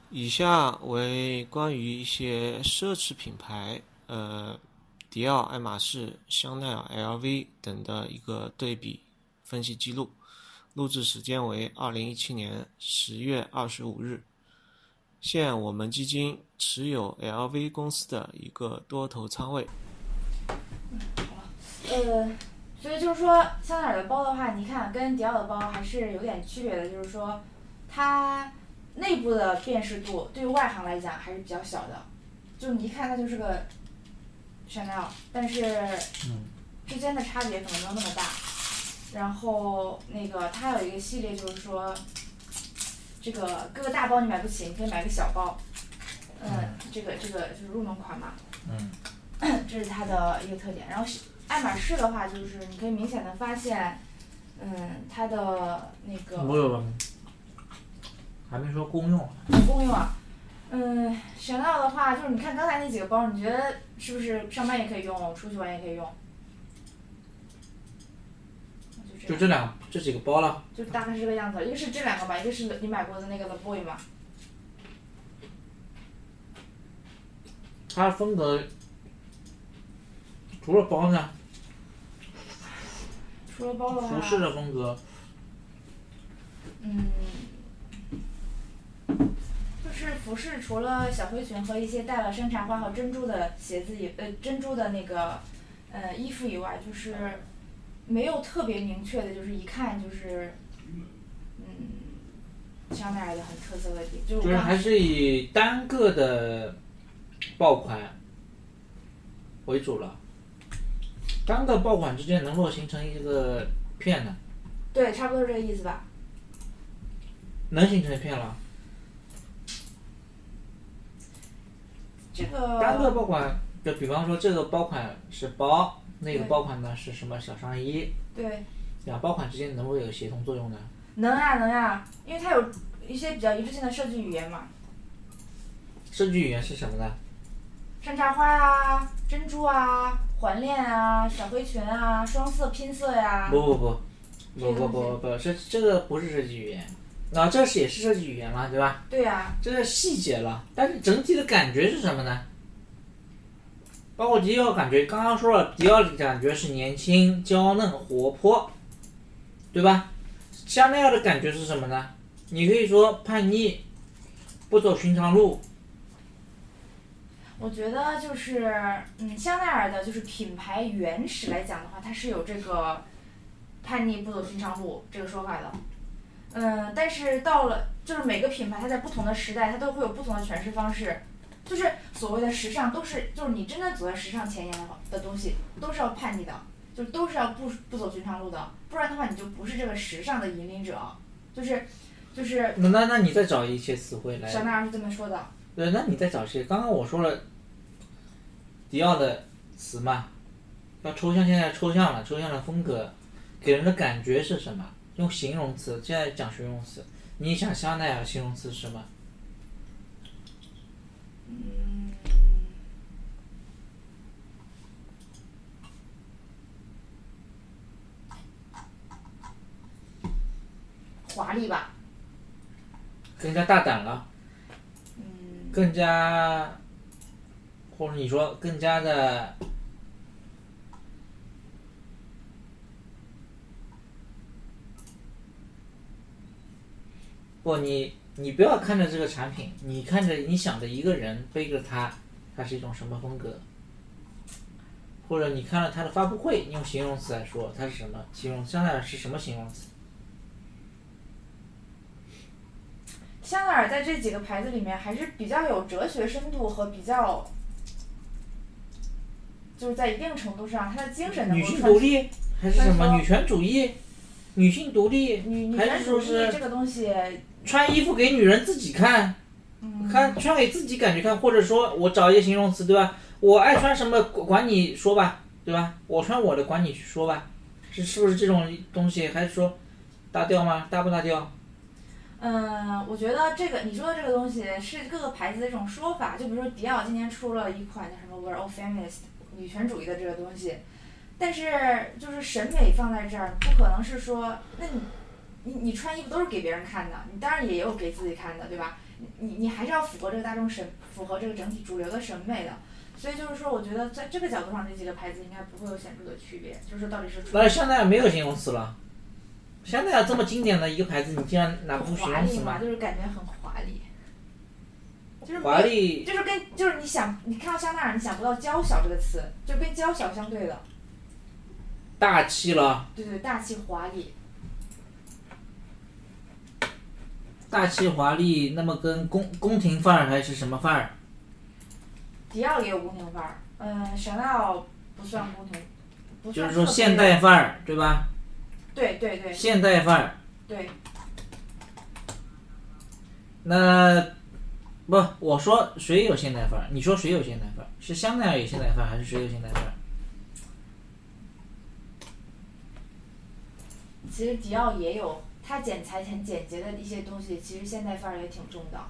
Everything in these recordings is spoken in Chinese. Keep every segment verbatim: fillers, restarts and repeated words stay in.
以下为关于一些奢侈品牌，呃，迪奥、爱马仕、香奈儿、L V 等的一个对比分析记录。录制时间为二零一七年十月二十五日。现我们基金持有 L V 公司的一个多头仓位。 嗯，好了，呃，所以就是说，香奈儿的包的话，你看跟迪奥的包还是有点区别的，就是说，它内部的辨识度对于外行来讲还是比较小的，就你一看它就是个香奈儿，但是之间的差别可能没有那么大。然后那个它还有一个系列，就是说，这个各个大包你买不起，你可以买个小包，嗯，这个这个就是入门款嘛， 嗯， 这是它的一个特点。然后爱马仕的话，就是你可以明显的发现，嗯，它的那个不不不，还没说功用。 功用啊，嗯，香奈儿的话，就是你看刚才那几个包，你觉得是不是上班也可以用，出去玩也可以用？ 就这两这几个包了。 就大概是这个样子，一个是这两个吧，一个是你买过的那个 The Boy 嘛。 它风格除了包呢？ 除了包的话。 服饰的风格。 嗯。就是服饰除了小灰裙和一些带了山茶花和珍珠的鞋子以呃珍珠的那个呃衣服以外，就是没有特别明确的，就是一看就是嗯香奈儿的很特色的地，就就是还是以单个的爆款为主了。单个爆款之间能够形成一个片呢？ 对，差不多是这个意思吧。 能形成一片了。 这个单个爆款，就比方说这个包款是包，那个包款呢是什么小上衣？ 对。 两包款之间能不能有协同作用呢？ 能呀能呀，因为它有一些比较一致性的设计语言嘛。 设计语言是什么呢？ 山茶花啊，珍珠啊，环链啊，小灰裙啊，双色拼色呀。 不不不，不不不不，这这个不是设计语言。啊，这是也是设计语言了，对吧？ 对呀、啊。 这是细节了，但是整体的感觉是什么呢？包括迪奥感觉，刚刚说了，迪奥的感觉是年轻、娇嫩、活泼，对吧？香奈儿的感觉是什么呢？你可以说叛逆，不走寻常路。 我觉得就是，嗯，香奈儿的就是品牌原始来讲的话，它是有这个叛逆不走寻常路这个说法的。嗯，但是到了就是每个品牌，它在不同的时代，它都会有不同的诠释方式。就是所谓的时尚，都是就是你真的走在时尚前沿的的东西，都是要叛逆的，就都是要不不走寻常路的，不然的话你就不是这个时尚的引领者，就是就是。 那那那你再找一些词汇来。 香奈儿是这么说的。 对，那你再找些，刚刚我说了迪奥的词嘛，要抽象，现在抽象了，抽象的风格，给人的感觉是什么？用形容词，现在讲形容词，你想香奈儿形容词是什么？ 嗯，华丽吧。 更加大胆了。 嗯。 更加，或者你说更加的。不，你你不要看着这个产品，你看着你想着一个人背着它，它是一种什么风格？或者你看了它的发布会，用形容词来说，它是什么形容？香奈儿是什么形容词？ 香奈儿在这几个牌子里面还是比较有哲学深度和比较，就是在一定程度上，它的精神能够女性独立还是什么女权主义？女性独立， 女还是说是这个东西， 穿衣服给女人自己看， 嗯、 看穿给自己感觉看，或者说我找一些形容词，对吧？我爱穿什么管你说吧，对吧？我穿我的管你去说吧，是是不是这种东西？还是说搭调吗？搭不搭调？ 嗯，我觉得这个你说的这个东西是各个牌子的一种说法，就比如说迪奥今年出了一款叫什么 We're All Feminist 女权主义的这个东西。但是就是审美放在这儿，不可能是说，那你你你穿衣服都是给别人看的，你当然也有给自己看的，对吧？ 你你还是要符合这个大众审，符合这个整体主流的审美的。所以就是说，我觉得在这个角度上，这几个牌子应该不会有显著的区别，就是到底是。 那香奈儿没有形容词了。香奈儿这么经典的一个牌子，你竟然拿不出形容词吗？ 就是感觉很华丽。就是华丽。 就是跟就是你想你看到香奈儿，你想不到娇小这个词，就跟娇小相对的。 大气了。 对对，大气华丽。 大气华丽，那么跟宫宫廷范儿还是什么范儿？ 迪奥也有宫廷范儿，嗯，香奈儿不算宫廷，不算。 就是说现代范儿，对吧？ 对对对。 现代范儿。 对。 那不，我说谁有现代范儿？你说谁有现代范儿？是香奈儿有现代范儿，还是谁有现代范儿？ 其实迪奥也有，它剪裁很简洁的一些东西，其实现代范儿也挺重的。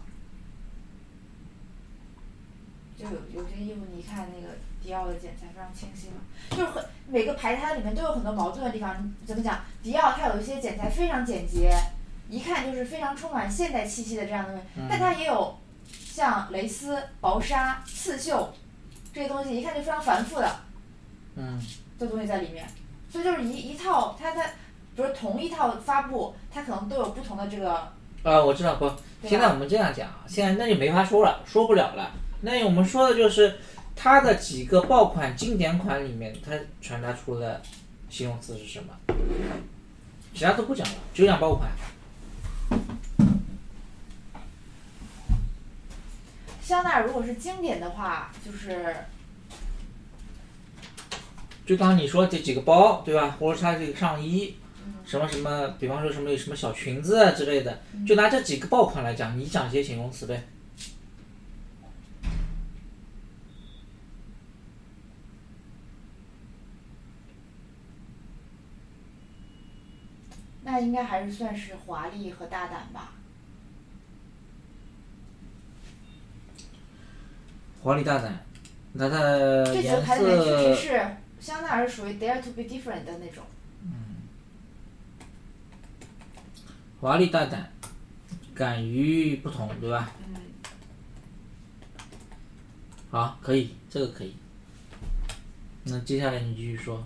就有有些衣服，你看那个迪奥的剪裁非常清晰嘛，就是很每个牌子它里面都有很多矛盾的地方。怎么讲？迪奥它有一些剪裁非常简洁，一看就是非常充满现代气息的这样的东西， 嗯、 但它也有像蕾丝、薄纱、刺绣这些东西，一看就非常繁复的， 嗯， 这东西在里面。所以就是一一套，它它比如同一套发布，它可能都有不同的这个。 啊，我知道不？现在我们这样讲，现在那就没法说了，说不了了。那我们说的就是它的几个爆款经典款里面，它传达出的形容词是什么？其他都不讲了，就讲爆款。 香奈儿如果是经典的话，就是就刚刚你说这几个包，对吧？或者它这个上衣， 嗯、 什么什么，比方说什么什么小裙子啊之类的，就拿这几个爆款来讲，你讲一些形容词呗。 那应该还是算是华丽和大胆吧。 华丽大胆，那它颜色。 这几个牌子里面确实是香奈儿属于 dare to be different 的那种。 嗯。华丽大胆，敢于不同，对吧？ 嗯。 好，可以，这个可以。那接下来你继续说。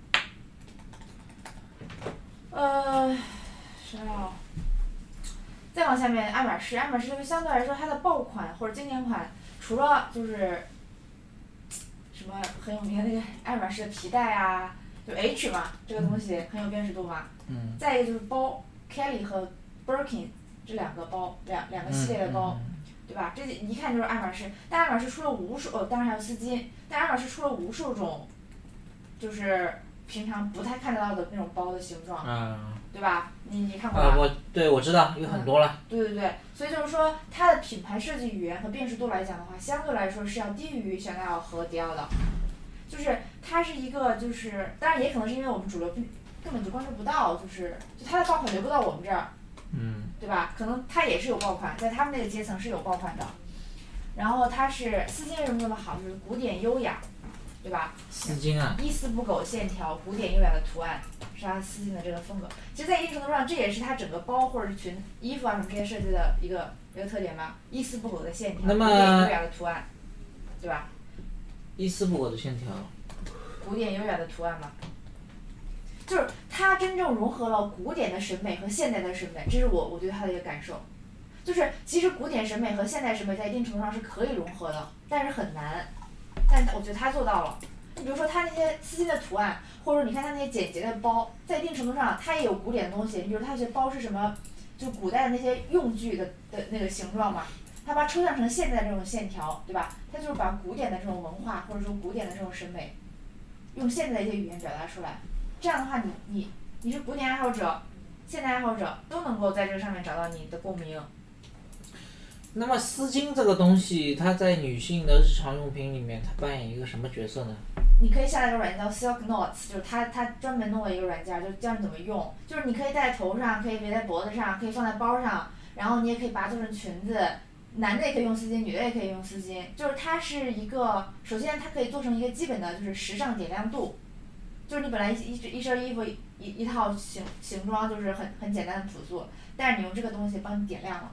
呃，是啊。再往下面，爱马仕，爱马仕相对来说它的爆款或者经典款，除了就是什么很有名的那个爱马仕的皮带啊，就 H 嘛，这个东西很有辨识度嘛。 嗯。 再一个就是包 ，Kelly 和 Birkin 这两个包，两两个系列的包， 嗯、 对吧？这一看就是爱马仕，但爱马仕出了无数，哦，当然还有丝巾，但爱马仕出了无数种，就是平常不太看得到的那种包的形状， 嗯、 对吧？你你看过吧？ 啊，我对我知道有很多了、 嗯。对对对，所以就是说，它的品牌设计语言和辨识度来讲的话，相对来说是要低于香奈儿和迪奥的。就是它是一个，就是当然也可能是因为我们主流根本就关注不到，就是就它的爆款流不到我们这儿， 嗯， 对吧？可能它也是有爆款，在他们那个阶层是有爆款的。然后它是丝巾为什么那么好？就是古典优雅，对吧？ 丝巾啊， 一丝不苟线条，古典优雅的图案，是它丝巾的这个风格。其实，在一定程度上，这也是它整个包或者是裙、衣服啊什么这些设计的一个一个特点吧。一丝不苟的线条， 古典优雅的图案，对吧？ 一丝不苟的线条， 古典优雅的图案嘛。就是它真正融合了古典的审美和现代的审美，这是我我对它的一个感受。就是其实古典审美和现代审美在一定程度上是可以融合的，但是很难。但是我觉得他做到了。你比如说他那些丝巾的图案，或者说你看他那些简洁的包，在一定程度上它也有古典的东西。你比如他那些包是什么，就古代的那些用具的的那个形状嘛，他把它抽象成现在这种线条，对吧？他就是把古典的这种文化或者说古典的这种审美，用现在的一些语言表达出来。这样的话你，你你你是古典爱好者、现代爱好者都能够在这个上面找到你的共鸣。 那么丝巾这个东西，它在女性的日常用品里面，它扮演一个什么角色呢？ 你可以下载一个软件叫 Silk Notes， 就是它它专门弄了一个软件，就教你怎么用。就是你可以戴在头上，可以围在脖子上，可以放在包上，然后你也可以把它做成裙子。男的也可以用丝巾，女的也可以用丝巾。就是它是一个，首先它可以做成一个基本的就是时尚点亮度。就是你本来一一一身衣服一一套形形装就是很很简单的朴素，但是你用这个东西帮你点亮了。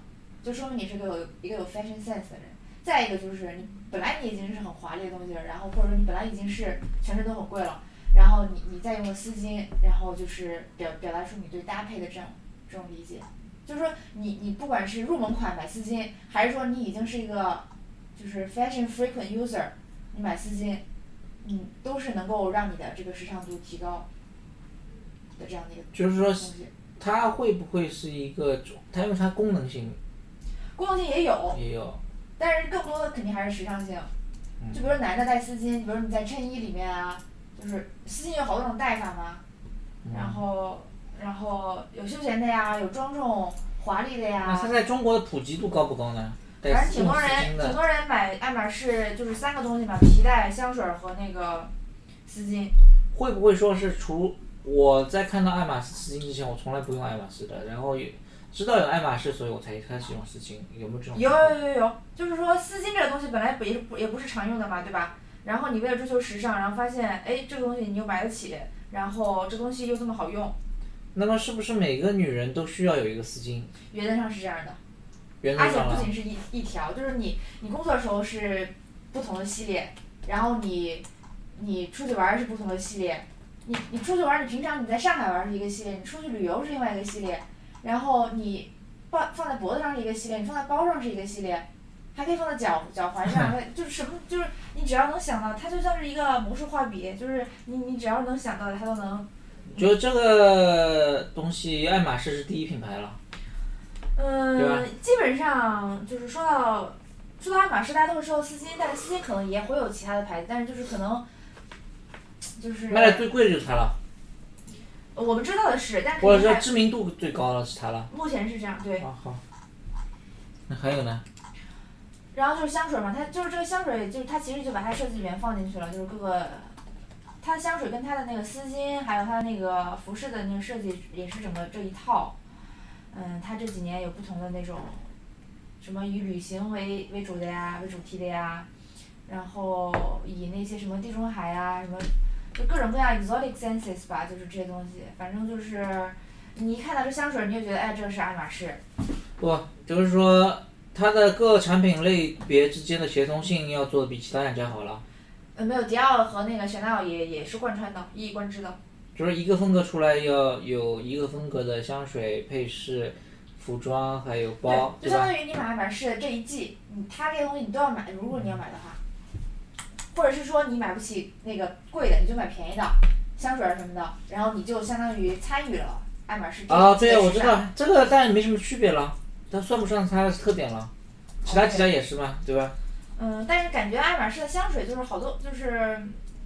就说明你是个有一个有 fashion sense 的人。再一个就是你本来你已经是很华丽的东西了，然后或者说你本来已经是全身都很贵了，然后你你再用个丝巾，然后就是表表达出你对搭配的这种这种理解。就是说你你不管是入门款买丝巾，还是说你已经是一个就是 fashion frequent user， 你买丝巾，嗯，都是能够让你的这个时尚度提高的这样的一个就是说东西。 它会不会是一个，它因为它功能性功能性也有， 也有， 但是更多的肯定还是时尚性。就比如男的戴丝巾，比如你在衬衣里面啊，就是丝巾有好多种戴法嘛，然后然后有休闲的呀，有庄重华丽的呀。 那它在中国的普及度高不高呢？ 反正挺多人挺多人买爱马仕就是三个东西嘛，皮带、香水和那个丝巾。 会不会说是除我在看到爱马仕丝巾之前，我从来不用爱马仕的，然后也知道有爱马仕，所以我才开始用丝巾，有没有这种？ 有有有有，就是说丝巾这个东西本来不也不也不是常用的嘛，对吧？然后你为了追求时尚，然后发现哎这个东西你又买得起，然后这东西又这么好用。 那么是不是每个女人都需要有一个丝巾？ 原则上是这样的。 原则上而且不仅是一一条，就是你你工作的时候是不同的系列，然后你你出去玩是不同的系列，你你出去玩，你平常你在上海玩是一个系列，你出去旅游是另外一个系列，然后你放放在脖子上是一个系列，你放在包上是一个系列，还可以放在脚脚踝上，就是什么就是你只要能想到，它就像是一个魔术画笔，就是你你只要能想到的，它都能。 就这个东西，爱马仕是第一品牌了。 嗯，基本上就是说到说到爱马仕，大家都会说到丝巾，但是丝巾可能也会有其他的牌子，但是就是可能就是卖的最贵的就是它了。 我们知道的是，但是或者说知名度最高的是它了。 目前是这样，对。 啊好。那还有呢？ 然后就是香水嘛，它就是这个香水，就是它其实就把它设计里面放进去了，就是各个它的香水跟它的那个丝巾，还有它的那个服饰的那个设计，也是整个这一套。嗯，它这几年有不同的那种，什么以旅行为为主的呀，为主题的呀，然后以那些什么地中海呀，什么就各种各样 exotic senses 吧，就是这些东西，反正就是你一看到这香水，你就觉得哎，这个是爱马仕。 不，就是说它的各产品类别之间的协同性要做的比其他两家好了。 呃，没有，迪奥和那个香奈儿也也是贯穿的，一以贯之的。 就是一个风格出来要有一个风格的香水、配饰、服装还有包， 对，就相当于你买爱马仕这一季，你它这些东西你都要买，如果你要买的话，或者是说你买不起那个贵的，你就买便宜的香水什么的，然后你就相当于参与了爱马仕这一季的时尚。 啊，对啊，我知道这个，当然没什么区别了，它算不上它的特点了，其他几家也是嘛，对吧？ 嗯，但是感觉爱马仕的香水就是好多就是。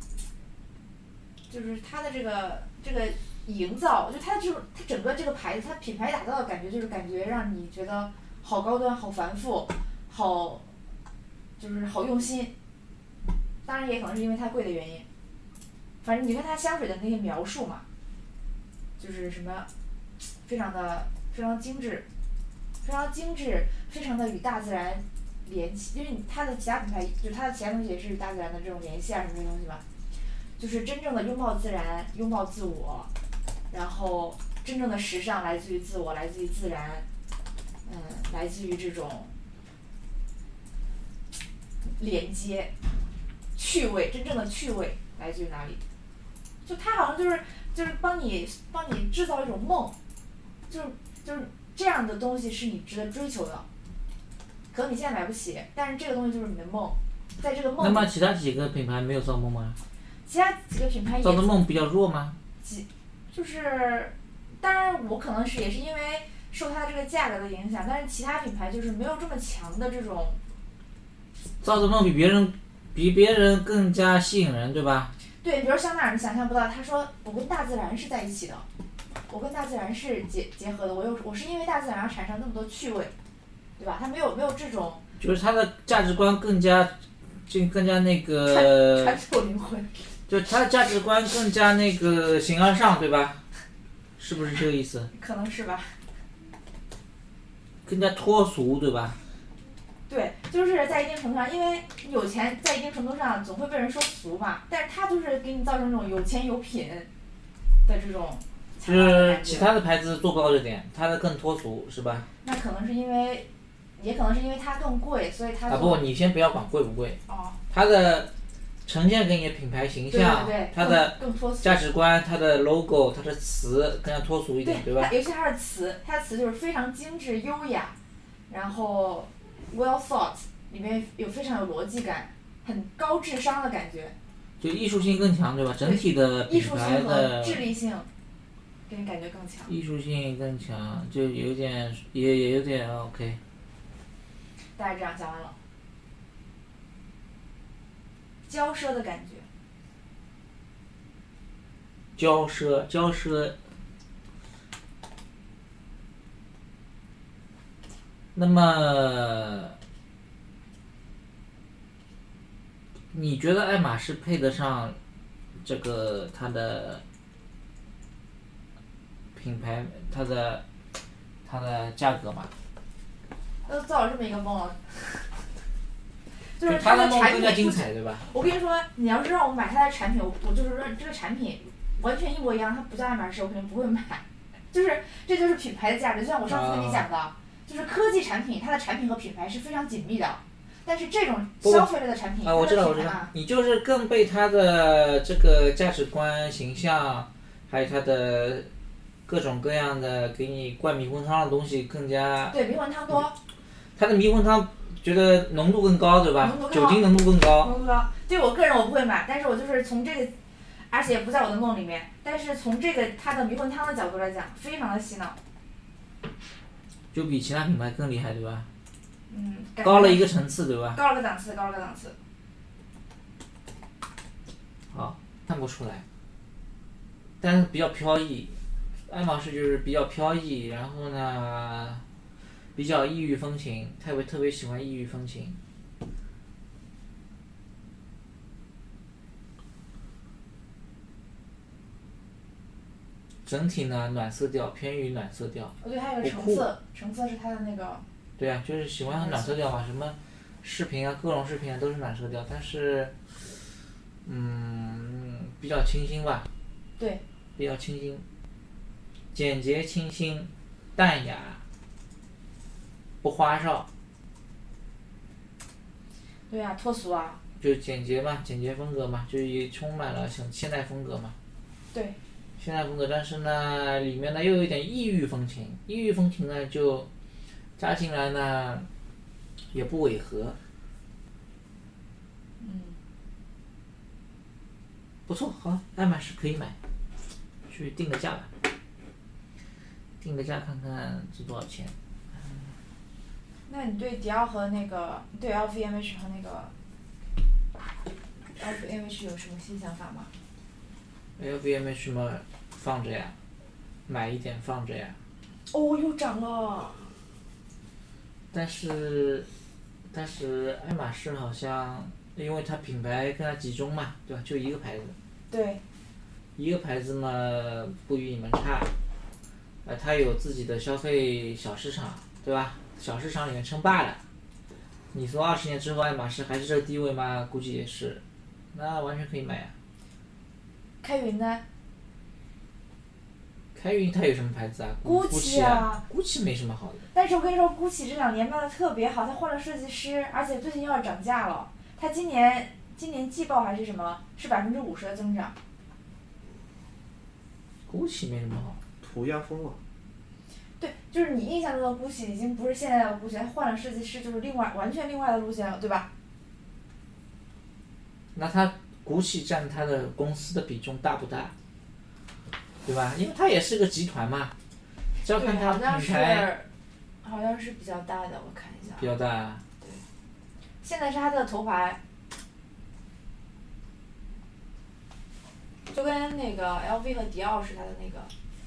就是它的这个这个营造，就它就是它整个这个牌子，它品牌打造的感觉就是感觉让你觉得好高端、好繁复、好就是好用心。当然也可能是因为它贵的原因。反正你看它香水的那些描述嘛，就是什么非常的非常精致，非常精致，非常的与大自然联系，因为它的其他品牌就是它的其他东西也是与大自然的这种联系啊什么这些东西吧。就是真正的拥抱自然，拥抱自我，然后真正的时尚来自于自我，来自于自然，嗯，来自于这种连接、趣味，真正的趣味来自于哪里？就它好像就是就是帮你帮你制造一种梦，就是就是这样的东西是你值得追求的，可能你现在买不起，但是这个东西就是你的梦，在这个梦。 那么其他几个品牌没有造梦吗？ 其他几个品牌也造的梦比较弱吗？ 几就是，当然我可能是也是因为受它这个价格的影响，但是其他品牌就是没有这么强的这种。 造的梦比别人比别人更加吸引人，对吧？ 对，比如香奈儿，你想象不到，他说我跟大自然是在一起的，我跟大自然是结结合的，我又我是因为大自然而产生那么多趣味，对吧？他没有没有这种。 就是他的价值观更加，就更加那个。 穿透灵魂。 就他的价值观更加那个形而上，对吧？是不是这个意思？ 可能是吧。 更加脱俗，对吧？ 对，就是在一定程度上，因为有钱在一定程度上总会被人说俗嘛，但是他就是给你造成这种有钱有品的这种。 就是其他的牌子做不到这点，他的更脱俗，是吧？ 那可能是因为也可能是因为它更贵，所以它啊不，你先不要管贵不贵， 哦， 它的呈现给你的品牌形象， 对对对它的更更脱俗价值观，它的 logo， 它的词更加脱俗一点，对吧它？尤其它的词，它的词就是非常精致优雅，然后 well thought， 里面有非常有逻辑感，很高智商的感觉。 就艺术性更强，对吧？整体的艺品牌术性和的智力性，给你感觉更强。 艺术性更强，就有点也也有点 OK。 大概这样讲完了。骄奢的感觉， 骄奢，骄奢。那么，你觉得爱马仕配得上这个它的品牌，它的它的价格吗？ 都造了这么一个梦了，就是它的产梦更加品不精彩，对吧？ 我跟你说，你要是让我买它的产品，我我就是说这个产品完全一模一样，它不叫爱马仕，我肯定不会买。就是这就是品牌的价值，就像我上次跟你讲的， 啊、 就是科技产品，它的产品和品牌是非常紧密的。但是这种不消费类的产品， 啊，我知道，我知道，你就是更被它的这个价值观、形象，还有它的各种各样的给你灌迷魂汤的东西更加。 对，迷魂汤多。 它的迷魂汤觉得浓度更高，对吧？ 浓度更高酒精浓度更高。 浓度高。对我个人我不会买，但是我就是从这个，而且不在我的梦里面。但是从这个它的迷魂汤的角度来讲，非常的洗脑。 就比其他品牌更厉害，对吧？ 嗯。 高了一个层次，对吧？ 高了个档次，高了个档次。 好，看不出来。但是比较飘逸，爱马仕就是比较飘逸，然后呢，比较异域风情，特别特别喜欢异域风情。整体呢，暖色调，偏于暖色调。 哦，对，还有个橙色，橙色是它的那个。 对啊，就是喜欢暖色调嘛，什么饰品啊，各种饰品啊都是暖色调，但是，嗯，比较清新吧。 对。 比较清新，简洁清新，淡雅，不花哨。 对啊，脱俗啊。 就简洁嘛，简洁风格嘛，就也充满了像现代风格嘛。 对。 现代风格，但是呢，里面呢又有一点异域风情，异域风情呢就加进来呢，也不违和。 嗯。 不错，好，爱马仕可以买。去定个价吧，定个价看看值多少钱。 那你对迪奥和那个对 L V M H 和那个 L V M H 有什么新想法吗 ？L V M H 嘛，放着呀，买一点放着呀。 哦，又涨了。 但是，但是爱马仕好像，因为它品牌更加集中嘛，对吧？就一个牌子。 对。 一个牌子嘛，不与你们差，呃，它有自己的消费小市场，对吧？小市场里面称霸了。你说二十年之后爱马仕还是这个地位吗？估计也是，那完全可以买啊。 开云呢？ 开云它有什么牌子啊？GUCCI 啊 ，GUCCI 没什么好的。 但是我跟你说 ，GUCCI 这两年卖的特别好，它换了设计师，而且最近又要涨价了。它今年今年季报还是什么？是百分之五十的增长。 GUCCI 没什么好， 涂鸦风了。 对，就是你印象中的 GUCCI 已经不是现在的 GUCCI，它换了设计师，就是另外完全另外的路线了，对吧？ 那它 GUCCI 占它的公司的比重大不大？对吧？因为它也是个集团嘛，只要看它品牌。 好像是比较大的，我看一下。 比较大、啊。 对。现在是它的头牌。就跟那个 L V 和迪奥是它的那个。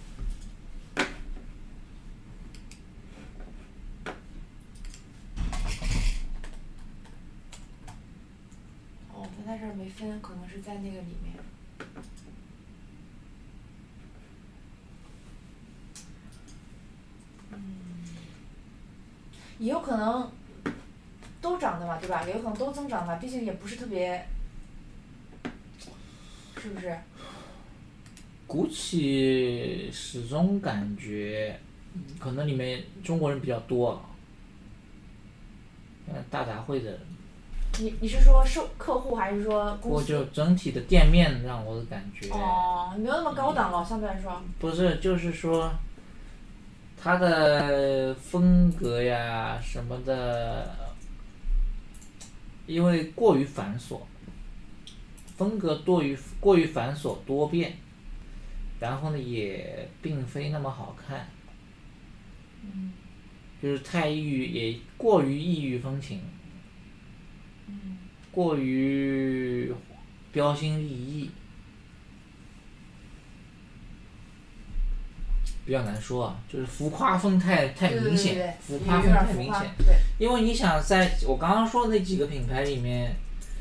哦，它在这儿没分，可能是在那个里面。嗯。也有可能都涨的嘛，对吧？也有可能都增长嘛，毕竟也不是特别。是不是 ？GUCCI始终感觉，可能里面中国人比较多， 嗯，大杂烩的。 你你是说售客户还是说公司？ 我就整体的店面让我的感觉。 哦，没有那么高档了，相对来说。 不是，就是说，它的风格呀什么的，因为过于繁琐，风格多于过于繁琐多变，然后呢也并非那么好看。 嗯。 就是太异域，也过于异域风情。 嗯。 过于标新立异，比较难说啊，就是浮夸风太太明显， 对对对对浮夸风太明显。 对， 因为你想，在我刚刚说的那几个品牌里面，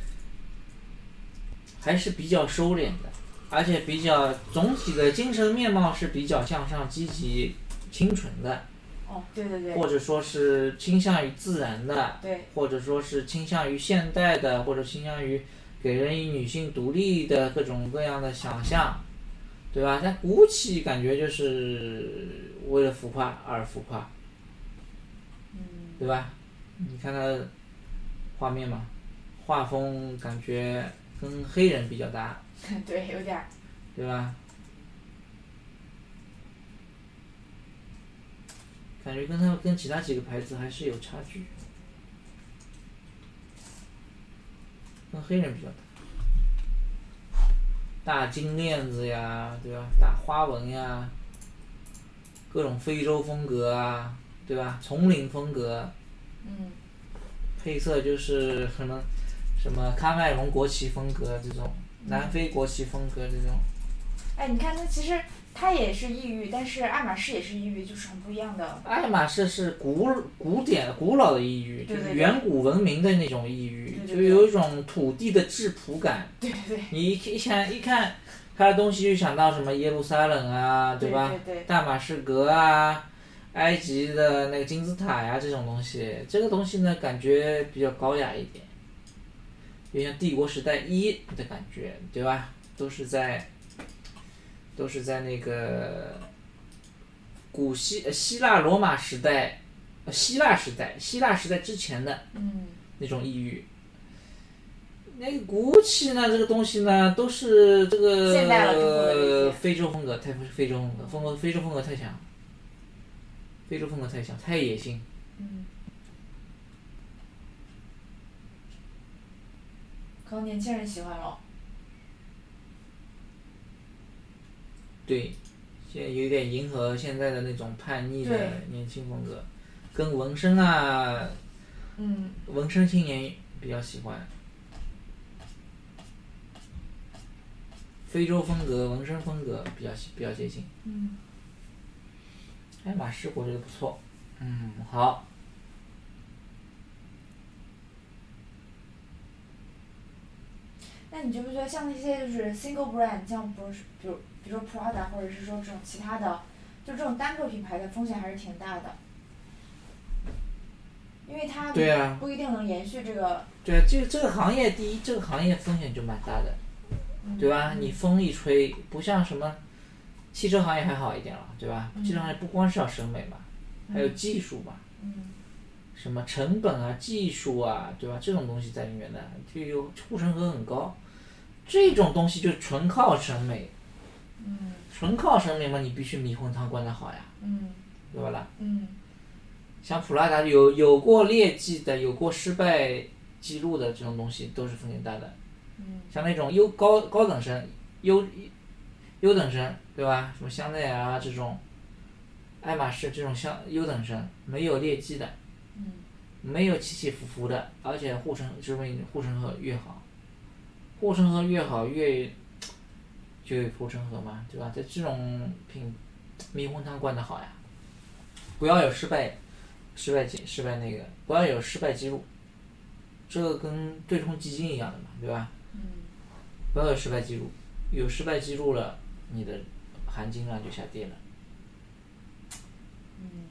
还是比较收敛的，而且比较总体的精神面貌是比较向上、积极、清纯的。 哦，对对对。 或者说是倾向于自然的， 对， 或者说是倾向于现代的，或者倾向于给人以女性独立的各种各样的想象，对吧？但古奇感觉就是为了浮夸而浮夸， 嗯， 对吧？你看它的画面嘛，画风感觉跟黑人比较搭， 对，有点儿， 对吧？感觉跟他们跟其他几个牌子还是有差距，跟黑人比较搭，大金链子呀，对吧？大花纹呀，各种非洲风格啊，对吧？丛林风格， 嗯， 配色就是什么什么喀麦隆国旗风格这种，南非国旗风格这种。 哎，你看它其实它也是异域，但是爱马仕也是异域，就是很不一样的。 爱马仕是古古典古老的异域，就是远古文明的那种异域， 对对对， 就有一种土地的质朴感。 对对对。 你一看一看它的东西，就想到什么耶路撒冷啊，对吧？ 对对对， 大马士革啊，埃及的那个金字塔呀、这种东西，这个东西呢感觉比较高雅一点，有像帝国时代一的感觉，对吧？都是在。都是在那个古希希腊罗马时代，希腊时代希腊时代之前的那种异域。那个古奇呢，这个东西呢，都是这个现代了非洲风格，太不是非洲风格，风格非洲风格太强，非洲风格太强，太野性。 嗯。可能年轻人喜欢咯。 对，现在有点迎合现在的那种叛逆的年轻风格，跟纹身啊， 嗯， 纹身青年比较喜欢，非洲风格、纹身风格比较比较接近。 嗯， 爱马仕我觉得不错，嗯，好。 那你觉不觉得像那些就是 single brand， 像不是比如比如说 Prada 或者是说这种其他的，就这种单个品牌的风险还是挺大的，因为它对啊， 不一定能延续这个。 对啊，这个这个行业第一，这个行业风险就蛮大的， 嗯、 对吧？你风一吹，不像什么汽车行业还好一点了，对吧？ 嗯、 汽车行业不光是要审美嘛， 嗯、 还有技术嘛。 嗯。 什么成本啊、技术啊，对吧？这种东西在里面的，就有护城河很高。这种东西就纯靠审美。 嗯。 纯靠审美嘛，你必须迷魂汤灌得好呀。 嗯。 对吧啦？ 嗯。 像普拉达有有过劣迹的、有过失败记录的这种东西，都是风险大的。 嗯。 像那种优高高等生、优优等生，对吧？什么香奈儿啊这种，爱马仕这种像优等生，没有劣迹的。 嗯， 没有起起伏伏的，而且护城证明护城河越好，护城河越好越就有护城河嘛，对吧？在这种品迷魂汤灌得好呀，不要有失败，失败记失败那个，不要有失败记录，这个跟对冲基金一样的嘛，对吧？ 嗯。 不要有失败记录，有失败记录了，你的含金量就下跌了。 嗯。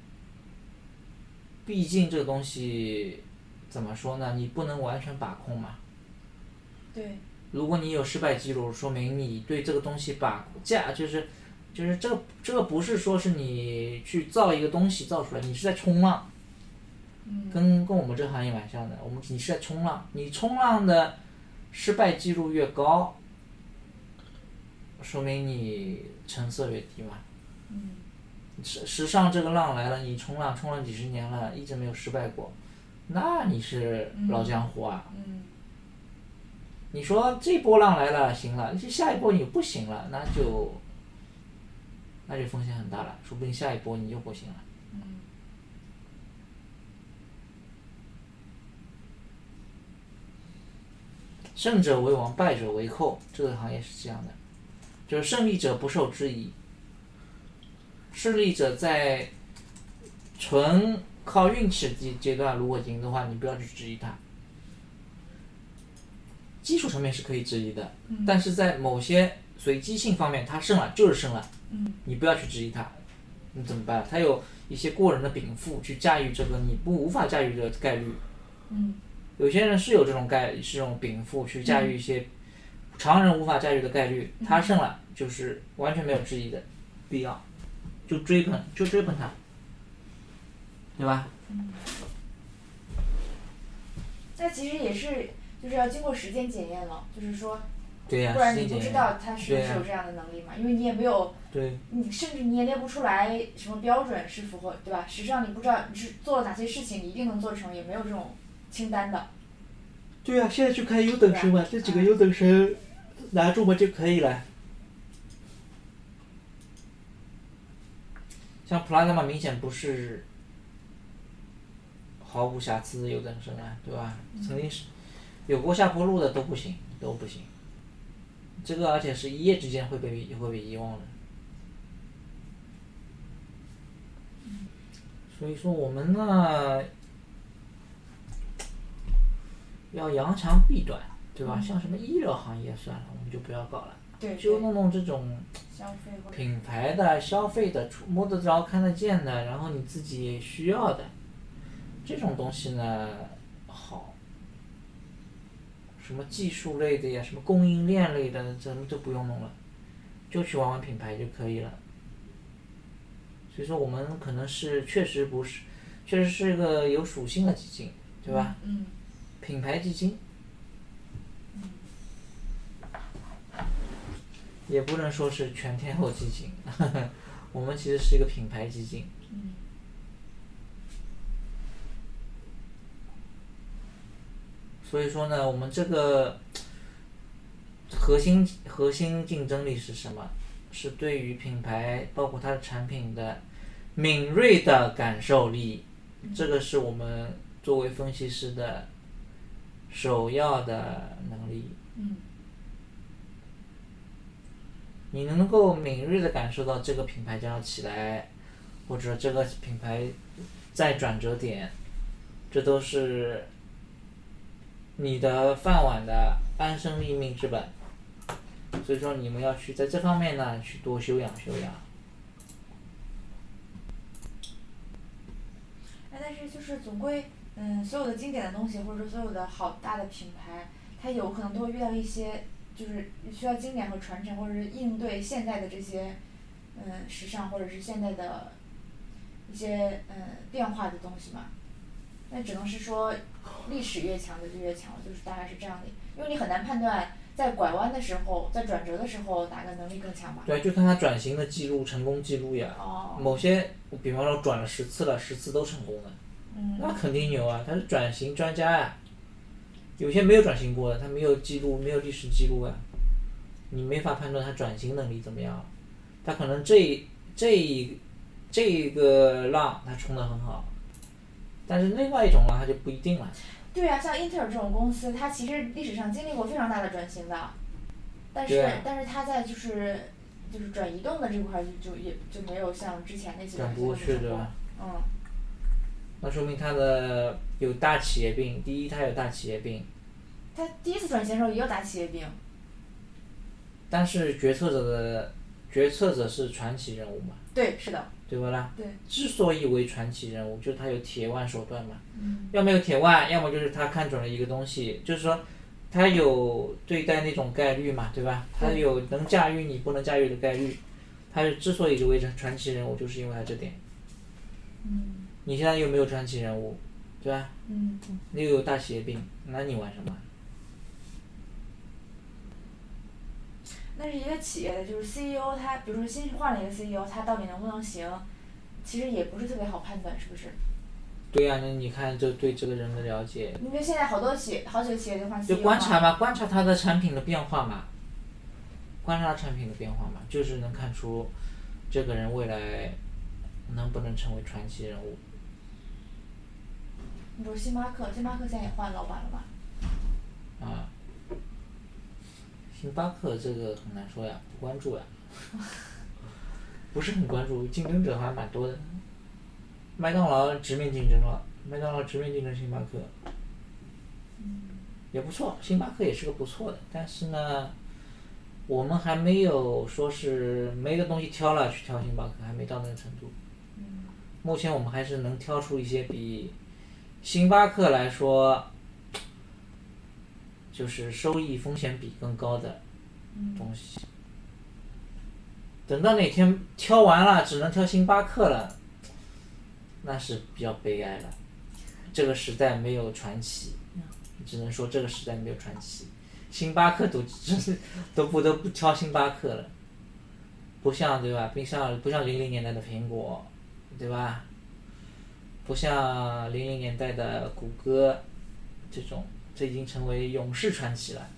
毕竟这个东西怎么说呢？你不能完全把控嘛。 对。 如果你有失败记录，说明你对这个东西把价就是就是这个这个不是说是你去造一个东西造出来，你是在冲浪。 嗯跟跟我们这个行业蛮像的。我们你是在冲浪，你冲浪的失败记录越高，说明你成色越低嘛。 嗯时时尚这个浪来了，你冲浪冲了几十年了，一直没有失败过，那你是老江湖啊。 嗯你说这波浪来了行了，这下一波你不行了，那就那就风险很大了，说不定下一波你又不行了。 嗯胜者为王，败者为寇，这个行业是这样的，就是胜利者不受质疑，胜利者在纯靠运气阶阶段如果赢的话，你不要去质疑他。技术层面是可以质疑的， 嗯但是在某些随机性方面，他胜了就是胜了， 嗯你不要去质疑他，你怎么办？他有一些过人的禀赋去驾驭这个你不无法驾驭的概率。 嗯有些人是有这种概是这种禀赋去驾驭一些常人无法驾驭的概率，他胜了就是完全没有质疑的必要，就追捧就追捧他，对吧？ 那其实也是就是要经过时间检验了，就是说， 对呀、 不然你时间检验不知道他是不对呀是有这样的能力嘛，因为你也没有， 对你甚至你也列不出来什么标准是符合，对吧？实际上你不知道你是做了哪些事情，你一定能做成，也没有这种清单的。 对呀、现在去看优等生嘛，这几个优等生拿住嘛就可以了。像普拉达嘛，明显不是毫无瑕疵的优等生啊，对吧？曾经是有过下坡路的都不行，都不行。这个而且是一夜之间会被会被遗忘的。所以说我们呢，要扬长避短，对吧？像什么医疗行业算了，我们就不要搞了， 对， 就弄弄这种消费或者品牌的、消费的、触摸得着、看得见的，然后你自己也需要的，这种东西呢好。什么技术类的呀，什么供应链类的，咱们都不用弄了，就去玩玩品牌就可以了。所以说我们可能是确实不是，确实是个有属性的基金，对吧？ 嗯品牌基金，也不能说是全天候基金，我们其实是一个品牌基金。 嗯所以说呢，我们这个核心核心竞争力是什么？是对于品牌包括它的产品的敏锐的感受力，这个是我们作为分析师的首要的能力。 嗯你能够敏锐的感受到这个品牌将要起来，或者这个品牌在转折点，这都是你的饭碗的安身立命之本。所以说你们要去在这方面呢去多修养修养。 哎，但是就是总归，嗯，所有的经典的东西，或者说所有的好大的品牌，它有可能都会遇到一些，就是需要经典和传承，或者是应对现在的这些，嗯，时尚或者是现在的一些嗯变化的东西嘛。那只能是说，历史越强的就越强，就是大概是这样的，因为你很难判断在拐弯的时候，在转折的时候哪个能力更强吧。 对，就看他转型的记录、成功记录呀。 哦。 某些，比方说转了十次了，十次都成功了， 嗯。 那肯定牛啊，他是转型专家呀。有些没有转型过的，他没有记录，没有历史记录啊，你没法判断他转型能力怎么样。他可能这这这个浪他冲得很好，但是另外一种浪他就不一定了。 对啊，像英特尔这种公司，它其实历史上经历过非常大的转型的，但是、 啊、 但是它在就是就是转移动的这块就就也就没有像之前那些转不过去对吧？ 嗯。 那说明它的有大企业病。第一，它有大企业病。 它第一次转型的时候也有大企业病。 但是决策者的决策者是传奇人物嘛？ 对，是的。 对不啦？ 对。 之所以为传奇人物，就是他有铁腕手段嘛。 嗯。 要么有铁腕，要么就是他看准了一个东西，就是说，他有对待那种概率嘛，对吧？他有能驾驭你不能驾驭的概率。他之所以为传奇人物，就是因为他这点。 嗯。 你现在有没有传奇人物？ 对吧？ 嗯， 你又有大企业病，那你玩什么？ 那是一个企业的，就是 C E O 他，比如说新换了一个 C E O，他到底能不能行，其实也不是特别好判断，是不是？ 对呀、啊，那你看这对这个人的了解， 因为现在好多企好几个企业都换 C E O 就观察嘛，观察他的产品的变化嘛，观察产品的变化嘛，就是能看出这个人未来能不能成为传奇人物。 你说星巴克，星巴克现在也换老板了吧？ 啊，星巴克这个很难说呀，不关注呀，不是很关注，竞争者还蛮多的。麦当劳直面竞争了，麦当劳直面竞争星巴克，也不错，星巴克也是个不错的，但是呢，我们还没有说是没个东西挑了去挑星巴克，还没到那个程度。目前我们还是能挑出一些比星巴克来说，就是收益风险比更高的东西。等到哪天挑完了，只能挑星巴克了，那是比较悲哀了。这个时代没有传奇，只能说这个时代没有传奇。星巴克都都不得不挑星巴克了，不像对吧？不像不像零零年代的苹果，对吧？不像零零年代的谷歌，这种这已经成为永世传奇了。